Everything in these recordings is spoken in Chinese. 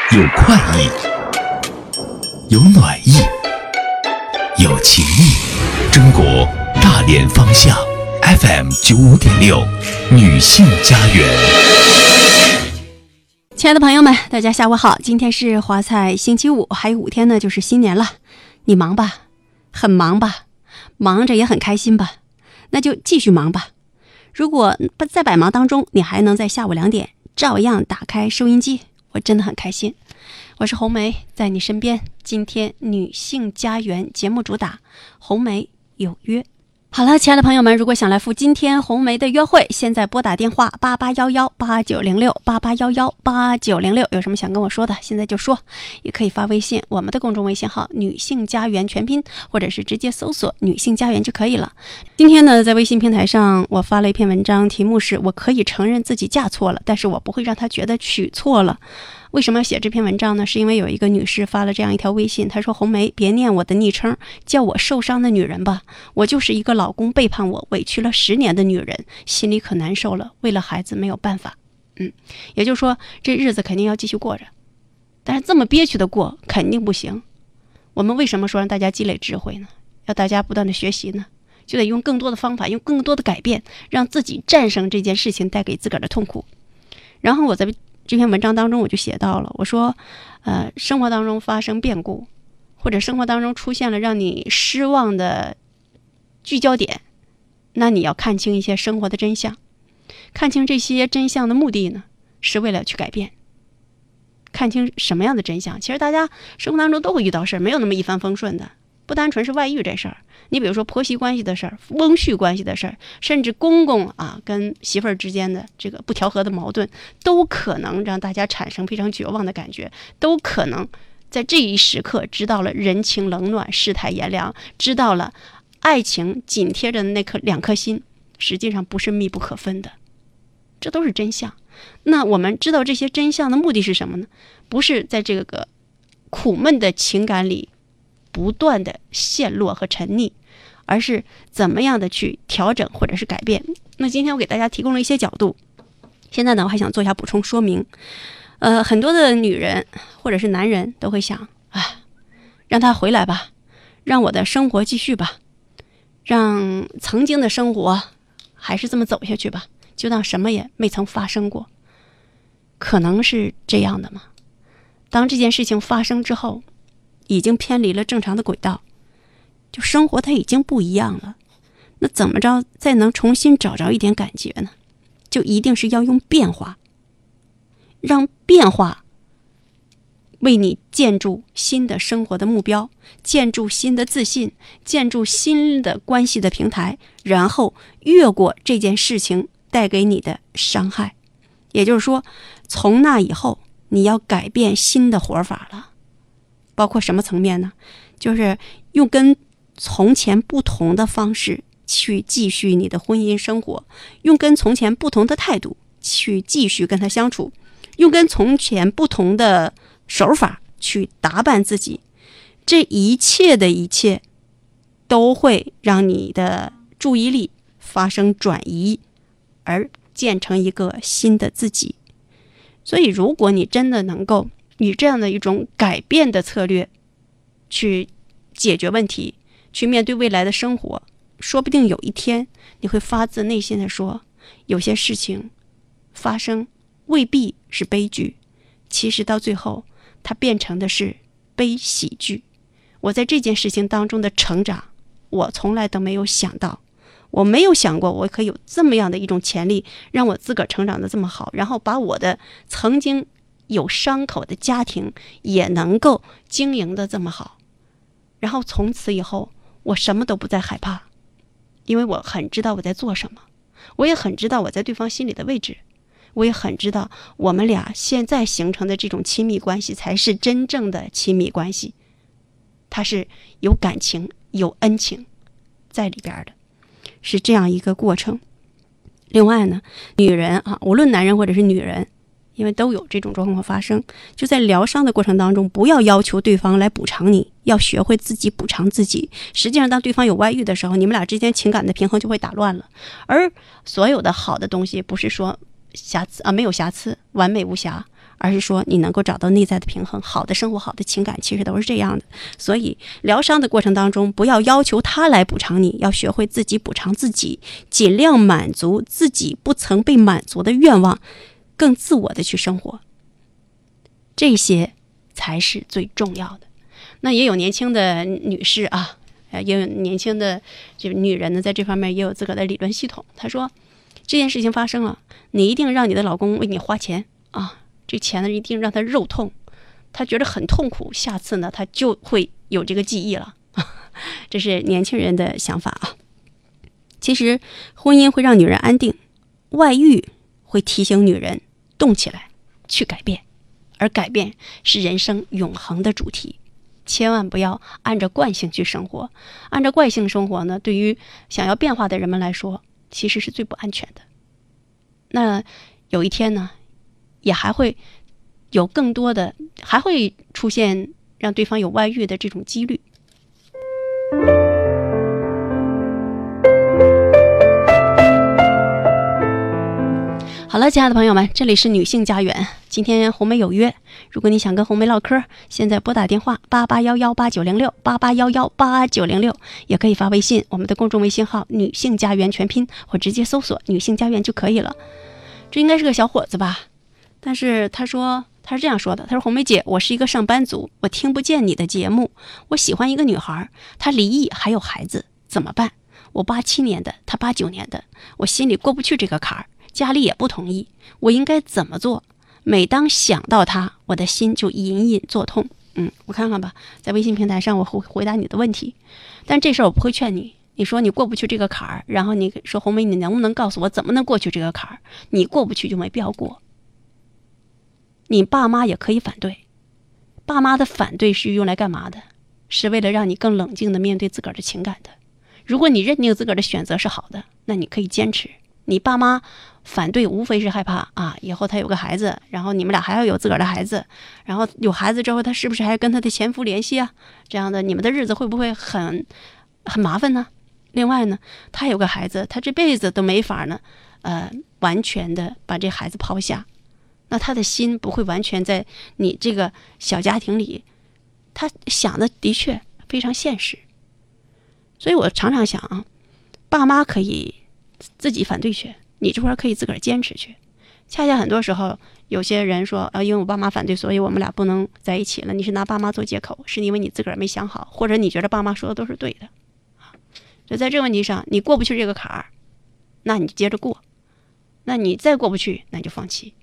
有快意，有暖意，有情意。中国大连方向 FM95.6女性家园。 亲爱的朋友们，大家下午好，今天是华菜星期五，还有5天呢就是新年了。你忙吧，很忙吧，忙着也很开心吧，那就继续忙吧。如果在百忙当中你还能在下午2点照样打开收音机，我真的很开心。我是红梅，在你身边。今天女性家园节目主打红梅有约。好了，亲爱的朋友们，如果想来赴今天红梅的约会，现在拨打电话88118906，88118906，有什么想跟我说的现在就说，也可以发微信，我们的公众微信号女性家园全拼，或者是直接搜索女性家园就可以了。今天呢，在微信平台上我发了一篇文章，题目是我可以承认自己嫁错了，但是我不会让她觉得娶错了。为什么写这篇文章呢？是因为有一个女士发了这样一条微信，她说：红梅，别念我的昵称，叫我受伤的女人吧，我就是一个老公背叛我委屈了10年的女人，心里可难受了，为了孩子没有办法。也就是说这日子肯定要继续过着，但是这么憋屈的过肯定不行。我们为什么说让大家积累智慧呢？要大家不断的学习呢，就得用更多的方法，用更多的改变，让自己战胜这件事情带给自个儿的痛苦。然后我在这篇文章当中我就写到了，我说生活当中发生变故，或者生活当中出现了让你失望的聚焦点，那你要看清一些生活的真相。看清这些真相的目的呢，是为了去改变。看清什么样的真相，其实大家生活当中都会遇到事儿，没有那么一帆风顺的。不单纯是外遇这事儿，你比如说婆媳关系的事儿，翁婿关系的事儿，甚至公公跟媳妇儿之间的这个不调和的矛盾，都可能让大家产生非常绝望的感觉，都可能在这一时刻知道了人情冷暖，世态炎凉，知道了爱情紧贴着的2颗心实际上不是密不可分的，这都是真相。那我们知道这些真相的目的是什么呢？不是在这个苦闷的情感里不断的陷落和沉溺，而是怎么样的去调整或者是改变。那今天我给大家提供了一些角度，现在呢我还想做一下补充说明。很多的女人或者是男人都会想，让他回来吧，让我的生活继续吧，让曾经的生活还是这么走下去吧，就当什么也没曾发生过。可能是这样的吗？当这件事情发生之后，已经偏离了正常的轨道，就生活它已经不一样了，那怎么着再能重新找着一点感觉呢？就一定是要用变化，让变化为你建筑新的生活的目标，建筑新的自信，建筑新的关系的平台，然后越过这件事情带给你的伤害。也就是说，从那以后你要改变新的活法了。包括什么层面呢？就是用跟从前不同的方式去继续你的婚姻生活，用跟从前不同的态度去继续跟他相处，用跟从前不同的手法去打扮自己。这一切的一切都会让你的注意力发生转移，而建成一个新的自己。所以如果你真的能够以这样的一种改变的策略去解决问题，去面对未来的生活，说不定有一天你会发自内心的说，有些事情发生未必是悲剧，其实到最后它变成的是悲喜剧。我在这件事情当中的成长，我从来都没有想到，我没有想过我可以有这么样的一种潜力，让我自个儿成长的这么好，然后把我的曾经有伤口的家庭也能够经营的这么好。然后从此以后我什么都不再害怕，因为我很知道我在做什么，我也很知道我在对方心里的位置，我也很知道我们俩现在形成的这种亲密关系才是真正的亲密关系，它是有感情有恩情在里边的，是这样一个过程。另外呢，女人无论男人或者是女人，因为都有这种状况发生，就在疗伤的过程当中，不要要求对方来补偿你，要学会自己补偿自己。实际上当对方有外遇的时候，你们俩之间情感的平衡就会打乱了。而所有的好的东西不是说瑕疵没有瑕疵，完美无瑕， 而是说你能够找到内在的平衡。好的生活，好的情感其实都是这样的。所以疗伤的过程当中，不要要求他来补偿你，要学会自己补偿自己，尽量满足自己不曾被满足的愿望，更自我的去生活，这些才是最重要的。那也有年轻的女士啊，也有年轻的这个女人呢，在这方面也有自个的理论系统。她说这件事情发生了，你一定让你的老公为你花钱啊，这钱呢一定让他肉痛，他觉得很痛苦，下次呢他就会有这个记忆了。这是年轻人的想法啊。其实婚姻会让女人安定，外遇会提醒女人动起来去改变，而改变是人生永恒的主题。千万不要按照惯性去生活，按照惯性生活呢，对于想要变化的人们来说，其实是最不安全的。那有一天呢，也还会有更多的，还会出现让对方有外遇的这种几率。好了，亲爱的朋友们，这里是女性家园。今天红梅有约，如果你想跟红梅唠嗑，现在拨打电话88118906，88118906，也可以发微信，我们的公众微信号女性家园全拼，或直接搜索女性家园就可以了。这应该是个小伙子吧，但是他是这样说的，他说红梅姐，我是一个上班族，我听不见你的节目，我喜欢一个女孩，她离异还有孩子，怎么办？我87年的，她89年的，我心里过不去这个坎儿，家里也不同意，我应该怎么做？每当想到他，我的心就隐隐作痛。我看看吧，在微信平台上我会回答你的问题，但这事儿我不会劝你。你说你过不去这个坎儿，然后你说红梅，你能不能告诉我怎么能过去这个坎儿？你过不去就没必要过。你爸妈也可以反对，爸妈的反对是用来干嘛的？是为了让你更冷静的面对自个儿的情感的。如果你认定自个儿的选择是好的，那你可以坚持。你爸妈反对无非是害怕啊，以后他有个孩子，然后你们俩还要有自个儿的孩子，然后有孩子之后他是不是还跟他的前夫联系啊？这样的你们的日子会不会很麻烦呢？另外呢，他有个孩子，他这辈子都没法呢完全的把这孩子抛下，那他的心不会完全在你这个小家庭里。他想的的确非常现实。所以我常常想啊，爸妈可以自己反对去，你这块可以自个儿坚持去。恰恰很多时候有些人说因为我爸妈反对，所以我们俩不能在一起了，你是拿爸妈做借口，是因为你自个儿没想好，或者你觉得爸妈说的都是对的。所以在这个问题上你过不去这个坎儿，那你就接着过，那你再过不去，那你就放弃。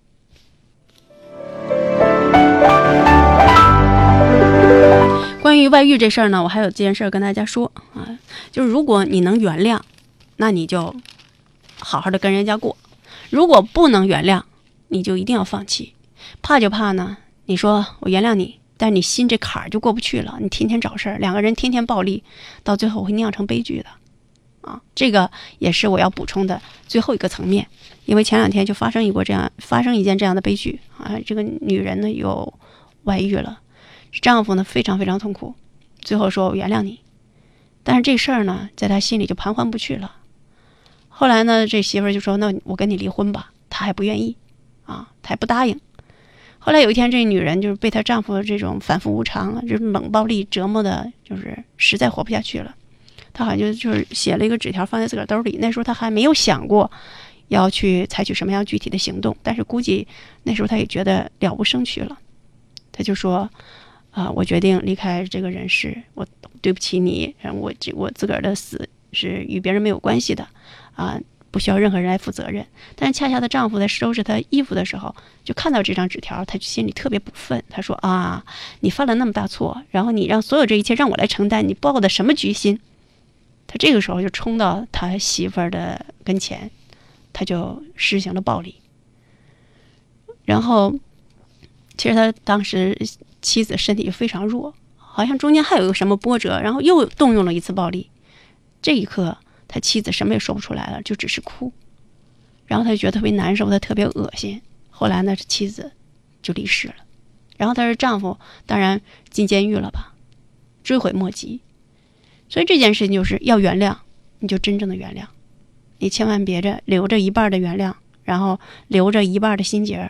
关于外遇这事儿呢，我还有件事跟大家说啊，就是如果你能原谅，那你就好好的跟人家过；如果不能原谅，你就一定要放弃。怕就怕呢，你说我原谅你，但你心这坎儿就过不去了，你天天找事儿，两个人天天暴力，到最后会酿成悲剧的啊！这个也是我要补充的最后一个层面，因为前两天就发生一件这样的悲剧啊，这个女人呢有外遇了，丈夫呢非常非常痛苦，最后说我原谅你，但是这事儿呢在他心里就盘桓不去了。后来呢，这媳妇儿就说那我跟你离婚吧，她还不愿意啊，她还不答应。后来有一天，这女人就是被她丈夫这种反复无常这种冷暴力折磨的，就是实在活不下去了。她好像就是写了一个纸条放在自个儿兜里，那时候她还没有想过要去采取什么样具体的行动，但是估计那时候她也觉得了无生趣了。她就说我决定离开这个人世，我对不起你，我自个儿的死是与别人没有关系的不需要任何人来负责任。但是恰恰的丈夫在收拾她衣服的时候，就看到这张纸条，他心里特别不忿。他说你犯了那么大错，然后你让所有这一切让我来承担，你抱的什么居心？他这个时候就冲到他媳妇儿的跟前，他就实行了暴力。然后其实他当时妻子身体就非常弱，好像中间还有个什么波折，然后又动用了一次暴力。这一刻他妻子什么也说不出来了，就只是哭，然后他就觉得特别难受，他特别恶心。后来呢，妻子就离世了，然后他的丈夫当然进监狱了吧，追悔莫及。所以这件事情就是要原谅，你就真正的原谅，你千万别留着一半的原谅，然后留着一半的心结，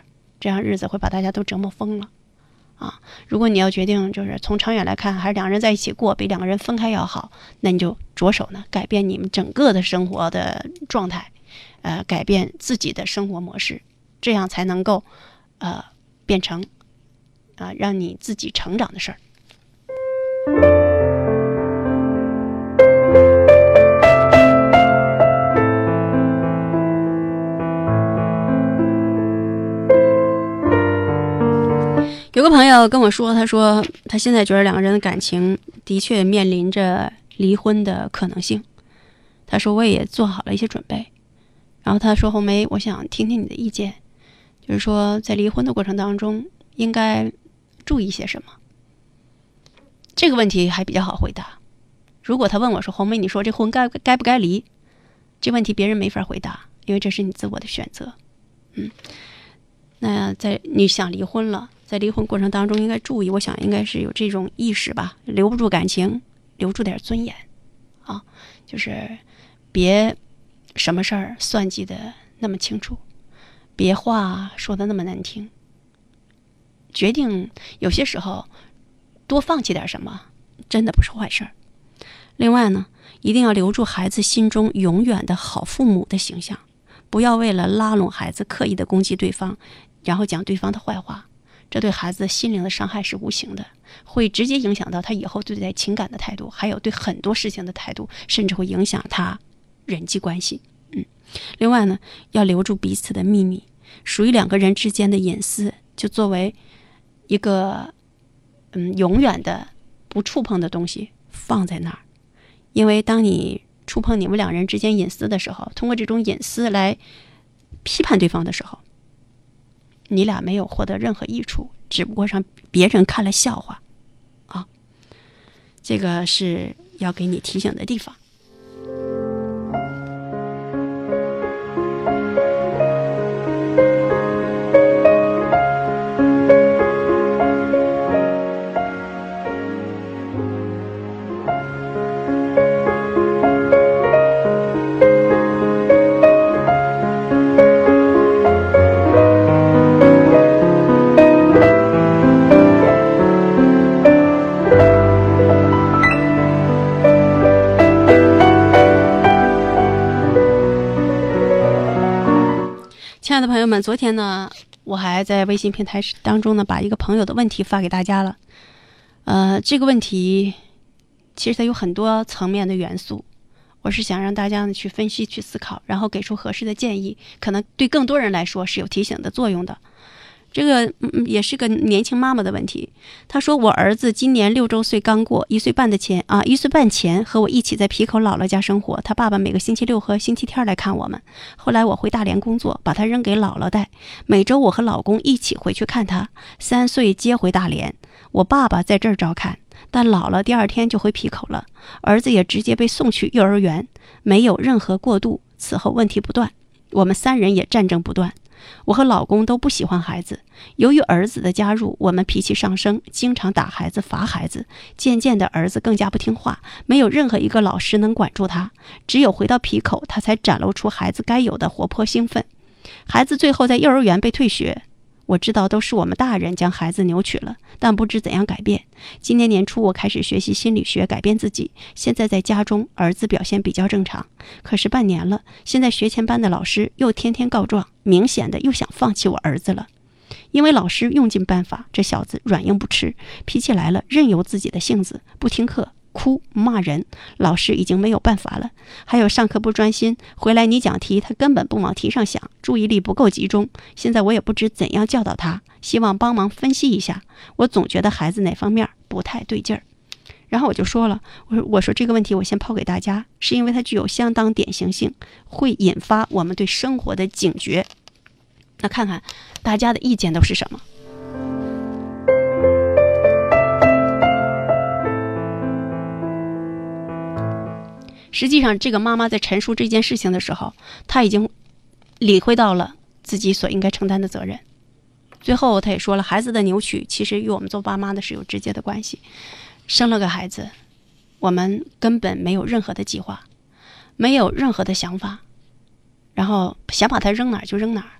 这样日子会把大家都折磨疯了啊！如果你要决定就是从长远来看，还是两个人在一起过比两个人分开要好，那你就着手呢改变你们整个的生活的状态，改变自己的生活模式，这样才能够变成让你自己成长的事儿。有个朋友跟我说，他说他现在觉得两个人的感情的确面临着离婚的可能性。他说我也做好了一些准备。然后他说，红梅，我想听听你的意见，就是说在离婚的过程当中应该注意些什么。这个问题还比较好回答。如果他问我说，红梅，你说这婚该不该离，这问题别人没法回答，因为这是你自我的选择。那在你想离婚了，在离婚过程当中应该注意，我想应该是有这种意识吧，留不住感情，留住点尊严啊，就是别什么事儿算计的那么清楚，别话说的那么难听，决定有些时候多放弃点什么真的不是坏事儿。另外呢，一定要留住孩子心中永远的好父母的形象，不要为了拉拢孩子刻意的攻击对方，然后讲对方的坏话，这对孩子心灵的伤害是无形的，会直接影响到他以后对待情感的态度，还有对很多事情的态度，甚至会影响他人际关系。另外呢，要留住彼此的秘密，属于两个人之间的隐私，就作为一个永远的不触碰的东西放在那儿。因为当你触碰你们两人之间隐私的时候，通过这种隐私来批判对方的时候，你俩没有获得任何益处，只不过让别人看了笑话啊。这个是要给你提醒的地方。亲爱的朋友们，昨天呢，我还在微信平台当中呢，把一个朋友的问题发给大家了。这个问题其实它有很多层面的元素，我是想让大家呢去分析、去思考，然后给出合适的建议，可能对更多人来说是有提醒的作用的。这个也是个年轻妈妈的问题。她说，我儿子今年6周岁刚过，1岁半前和我一起在皮口姥姥家生活，他爸爸每个星期六和星期天来看我们。后来我回大连工作，把他扔给姥姥带，每周我和老公一起回去看他。3岁接回大连，我爸爸在这儿照看，但姥姥第2天就回皮口了，儿子也直接被送去幼儿园，没有任何过渡。此后问题不断，我们3人也战争不断。我和老公都不喜欢孩子，由于儿子的加入，我们脾气上升，经常打孩子、罚孩子。渐渐的，儿子更加不听话，没有任何一个老师能管住他，只有回到皮口，他才展露出孩子该有的活泼兴奋。孩子最后在幼儿园被退学，我知道都是我们大人将孩子扭曲了，但不知怎样改变。今年年初我开始学习心理学，改变自己。现在在家中，儿子表现比较正常。可是半年了，现在学前班的老师又天天告状，明显的又想放弃我儿子了。因为老师用尽办法，这小子软硬不吃，脾气来了任由自己的性子，不听课，哭骂人，老师已经没有办法了。还有上课不专心，回来你讲题他根本不往题上想，注意力不够集中。现在我也不知怎样教导他，希望帮忙分析一下。我总觉得孩子哪方面不太对劲儿。然后我就说了，我说这个问题我先抛给大家，是因为它具有相当典型性，会引发我们对生活的警觉。那看看大家的意见都是什么。实际上这个妈妈在陈述这件事情的时候，她已经理会到了自己所应该承担的责任。最后她也说了，孩子的扭曲其实与我们做爸妈的是有直接的关系。生了个孩子，我们根本没有任何的计划，没有任何的想法，然后想把他扔哪儿就扔哪儿，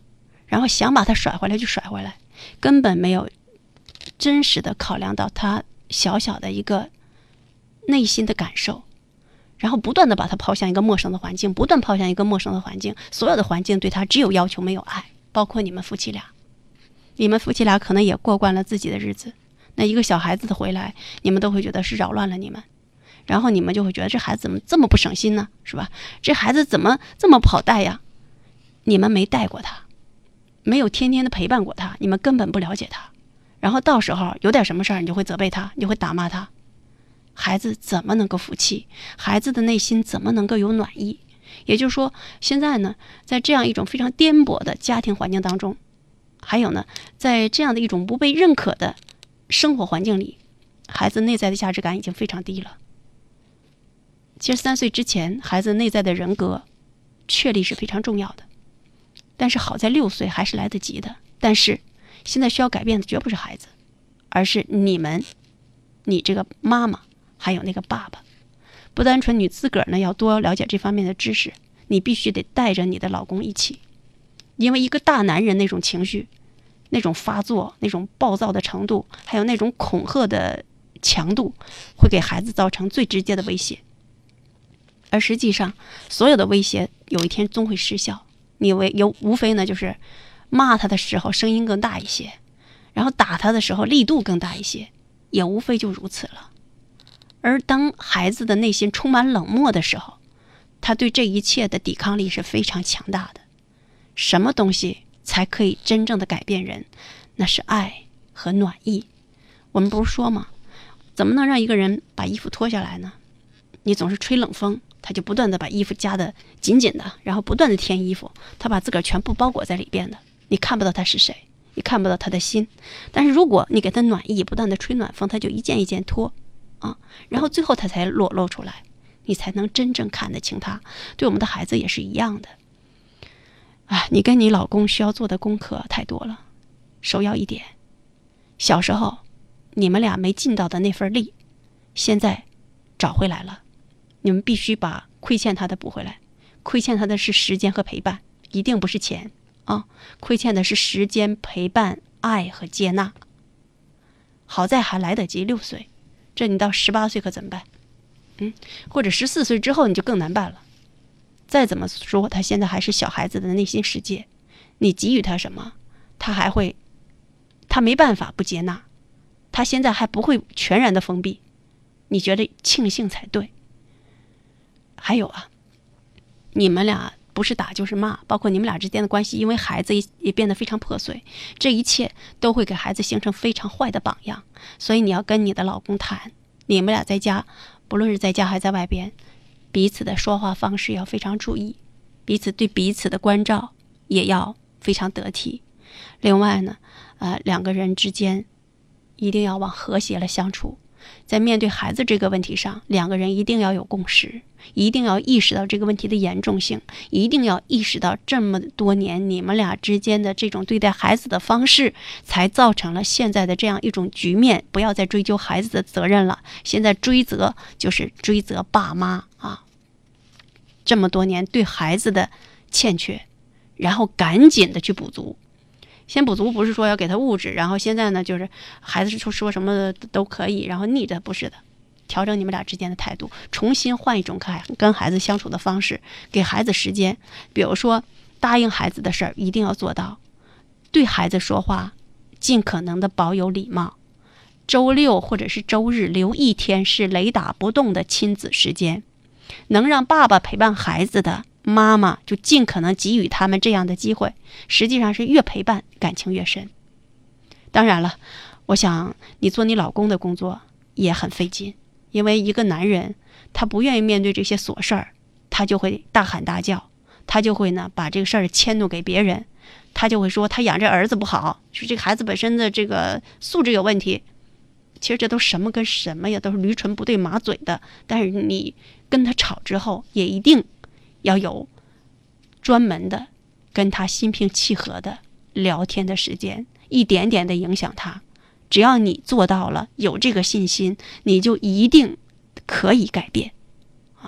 然后想把他甩回来就甩回来，根本没有真实的考量到他小小的一个内心的感受，然后不断的把他抛向一个陌生的环境，不断抛向一个陌生的环境，所有的环境对他只有要求没有爱，包括你们夫妻俩。你们夫妻俩可能也过惯了自己的日子，那一个小孩子的回来，你们都会觉得是扰乱了你们，然后你们就会觉得这孩子怎么这么不省心呢，是吧？这孩子怎么这么不好带呀？你们没带过他，没有天天的陪伴过他，你们根本不了解他，然后到时候有点什么事儿，你就会责备他，你就会打骂他，孩子怎么能够服气？孩子的内心怎么能够有暖意？也就是说，现在呢，在这样一种非常颠簸的家庭环境当中，还有呢，在这样的一种不被认可的生活环境里，孩子内在的价值感已经非常低了。其实3岁之前，孩子内在的人格确立是非常重要的，但是好在6岁还是来得及的。但是现在需要改变的绝不是孩子，而是你们，你这个妈妈还有那个爸爸。不单纯你自个儿呢要多了解这方面的知识，你必须得带着你的老公一起。因为一个大男人那种情绪，那种发作，那种暴躁的程度，还有那种恐吓的强度，会给孩子造成最直接的威胁。而实际上所有的威胁有一天终会失效，你无非呢就是骂他的时候声音更大一些，然后打他的时候力度更大一些，也无非就如此了。而当孩子的内心充满冷漠的时候，他对这一切的抵抗力是非常强大的。什么东西才可以真正的改变人？那是爱和暖意。我们不是说吗？怎么能让一个人把衣服脱下来呢？你总是吹冷风，他就不断的把衣服夹得紧紧的，然后不断的添衣服，他把自个儿全部包裹在里边的，你看不到他是谁，你看不到他的心。但是如果你给他暖意，不断的吹暖风，他就一件一件脱啊，然后最后他才裸露出来，你才能真正看得清他。对我们的孩子也是一样的。你跟你老公需要做的功课太多了。首要一点，小时候你们俩没尽到的那份力，现在找回来了，你们必须把亏欠他的补回来。亏欠他的是时间和陪伴，一定不是钱啊！亏欠的是时间、陪伴、爱和接纳。好在还来得及，6岁，这你到18岁可怎么办？或者14岁之后你就更难办了。再怎么说，他现在还是小孩子的内心世界，你给予他什么，他没办法不接纳，他现在还不会全然的封闭，你觉得庆幸才对。还有你们俩不是打就是骂，包括你们俩之间的关系，因为孩子也变得非常破碎，这一切都会给孩子形成非常坏的榜样。所以你要跟你的老公谈，你们俩在家，不论是在家还是在外边，彼此的说话方式要非常注意，彼此对彼此的关照也要非常得体。另外呢，两个人之间一定要往和谐了相处。在面对孩子这个问题上，两个人一定要有共识，一定要意识到这个问题的严重性，一定要意识到这么多年你们俩之间的这种对待孩子的方式，才造成了现在的这样一种局面。不要再追究孩子的责任了，现在追责就是追责爸妈这么多年对孩子的欠缺，然后赶紧的去补足。先补足不是说要给他物质，然后现在呢就是孩子说什么都可以，然后逆着，不是的。调整你们俩之间的态度，重新换一种跟孩子相处的方式，给孩子时间。比如说答应孩子的事儿一定要做到，对孩子说话尽可能的保有礼貌。周六或者是周日留一天是雷打不动的亲子时间，能让爸爸陪伴孩子的妈妈就尽可能给予他们这样的机会，实际上是越陪伴感情越深。当然了，我想你做你老公的工作也很费劲，因为一个男人他不愿意面对这些琐事儿，他就会大喊大叫，他就会呢把这个事儿迁怒给别人，他就会说他养这儿子不好，说这个孩子本身的这个素质有问题。其实这都什么跟什么呀，都是驴唇不对马嘴的。但是你跟他吵之后，也一定要有专门的跟他心平气和的聊天的时间，一点点的影响他。只要你做到了，有这个信心，你就一定可以改变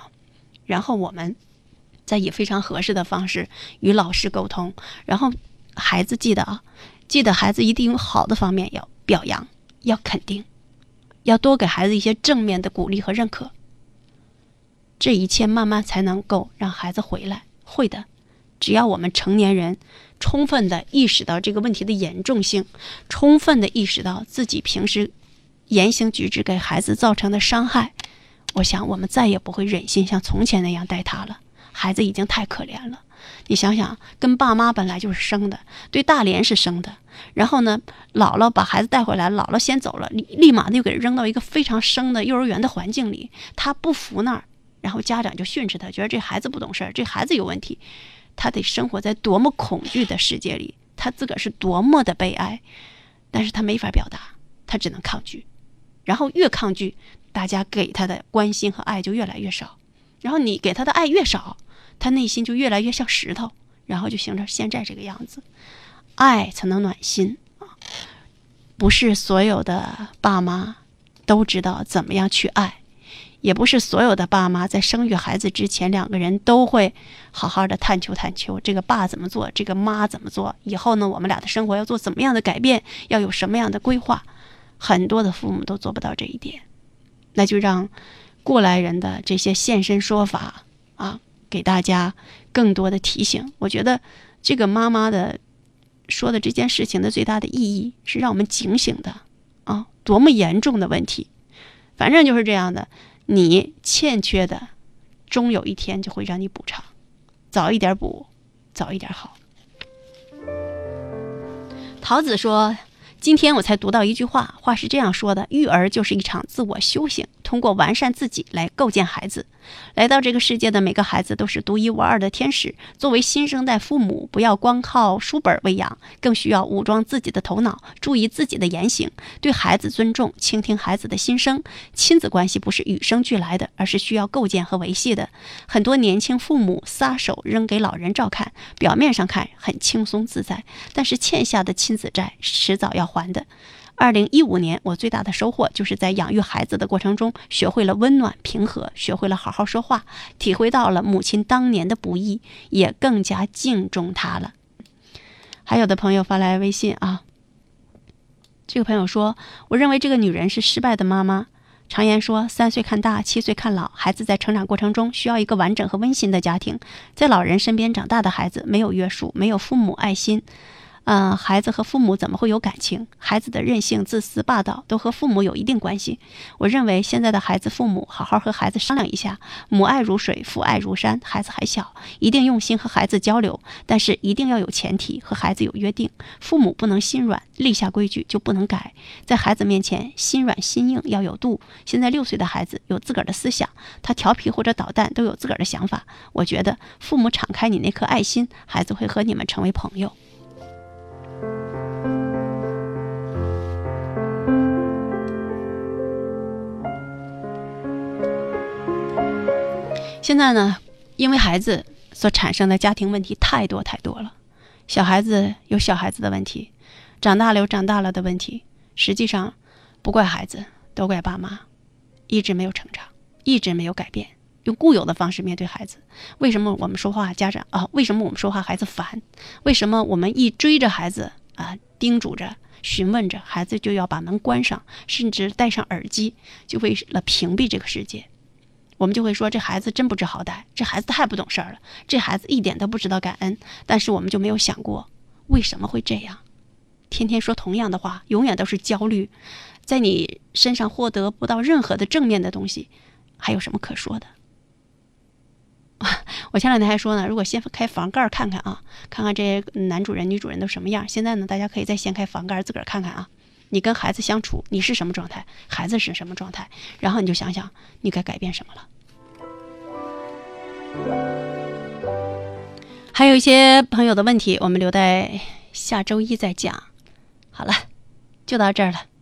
然后我们再以非常合适的方式与老师沟通，然后孩子记得孩子一定有好的方面要表扬，要肯定，要多给孩子一些正面的鼓励和认可。这一切慢慢才能够让孩子回来。会的，只要我们成年人充分的意识到这个问题的严重性，充分的意识到自己平时言行举止给孩子造成的伤害，我想我们再也不会忍心像从前那样待他了。孩子已经太可怜了，你想想，跟爸妈本来就是生的，对大连是生的，然后呢，姥姥把孩子带回来，姥姥先走了，立马就给扔到一个非常生的幼儿园的环境里，他不服那儿，然后家长就训斥他，觉得这孩子不懂事儿，这孩子有问题。他得生活在多么恐惧的世界里，他自个儿是多么的悲哀，但是他没法表达，他只能抗拒，然后越抗拒，大家给他的关心和爱就越来越少，然后你给他的爱越少，他内心就越来越像石头，然后就形成现在这个样子。爱才能暖心啊！不是所有的爸妈都知道怎么样去爱，也不是所有的爸妈在生育孩子之前，两个人都会好好的探求这个爸怎么做，这个妈怎么做，以后呢我们俩的生活要做怎么样的改变，要有什么样的规划。很多的父母都做不到这一点，那就让过来人的这些现身说法啊，给大家更多的提醒。我觉得这个妈妈的说的这件事情的最大的意义是让我们警醒的啊，多么严重的问题。反正就是这样的，你欠缺的终有一天就会让你补偿，早一点补早一点好。桃子说，今天我才读到一句话，话是这样说的：育儿就是一场自我修行，通过完善自己来构建孩子。来到这个世界的每个孩子都是独一无二的天使。作为新生代父母，不要光靠书本喂养，更需要武装自己的头脑，注意自己的言行，对孩子尊重，倾听孩子的心声。亲子关系不是与生俱来的，而是需要构建和维系的。很多年轻父母撒手扔给老人照看，表面上看很轻松自在，但是欠下的亲子债迟早要还的。2015年，我最大的收获就是在养育孩子的过程中，学会了温暖平和，学会了好好说话，体会到了母亲当年的不易，也更加敬重她了。还有的朋友发来微信啊，这个朋友说，我认为这个女人是失败的妈妈。常言说3岁看大，7岁看老，孩子在成长过程中需要一个完整和温馨的家庭。在老人身边长大的孩子没有约束，没有父母爱心，孩子和父母怎么会有感情？孩子的任性、自私、霸道都和父母有一定关系。我认为现在的孩子，父母好好和孩子商量一下，母爱如水，父爱如山。孩子还小，一定用心和孩子交流，但是一定要有前提，和孩子有约定。父母不能心软，立下规矩就不能改。在孩子面前，心软心硬要有度。现在6岁的孩子有自个儿的思想，他调皮或者捣蛋都有自个儿的想法。我觉得父母敞开你那颗爱心，孩子会和你们成为朋友。现在呢，因为孩子所产生的家庭问题太多了，小孩子有小孩子的问题，长大了有长大了的问题，实际上不怪孩子，都怪爸妈，一直没有成长，一直没有改变，用固有的方式面对孩子。为什么我们说话为什么我们说话孩子烦？为什么我们一追着孩子叮嘱着询问着，孩子就要把门关上，甚至戴上耳机，就为了屏蔽这个世界。我们就会说，这孩子真不知好歹，这孩子太不懂事儿了，这孩子一点都不知道感恩。但是我们就没有想过为什么会这样。天天说同样的话，永远都是焦虑，在你身上获得不到任何的正面的东西，还有什么可说的？我前两天还说呢，如果掀开房盖看看啊，看看这些男主人女主人都什么样。现在呢，大家可以再掀开房盖自个儿看看啊，你跟孩子相处，你是什么状态，孩子是什么状态，然后你就想想你该改变什么了。还有一些朋友的问题，我们留待下周一再讲。好了，就到这儿了。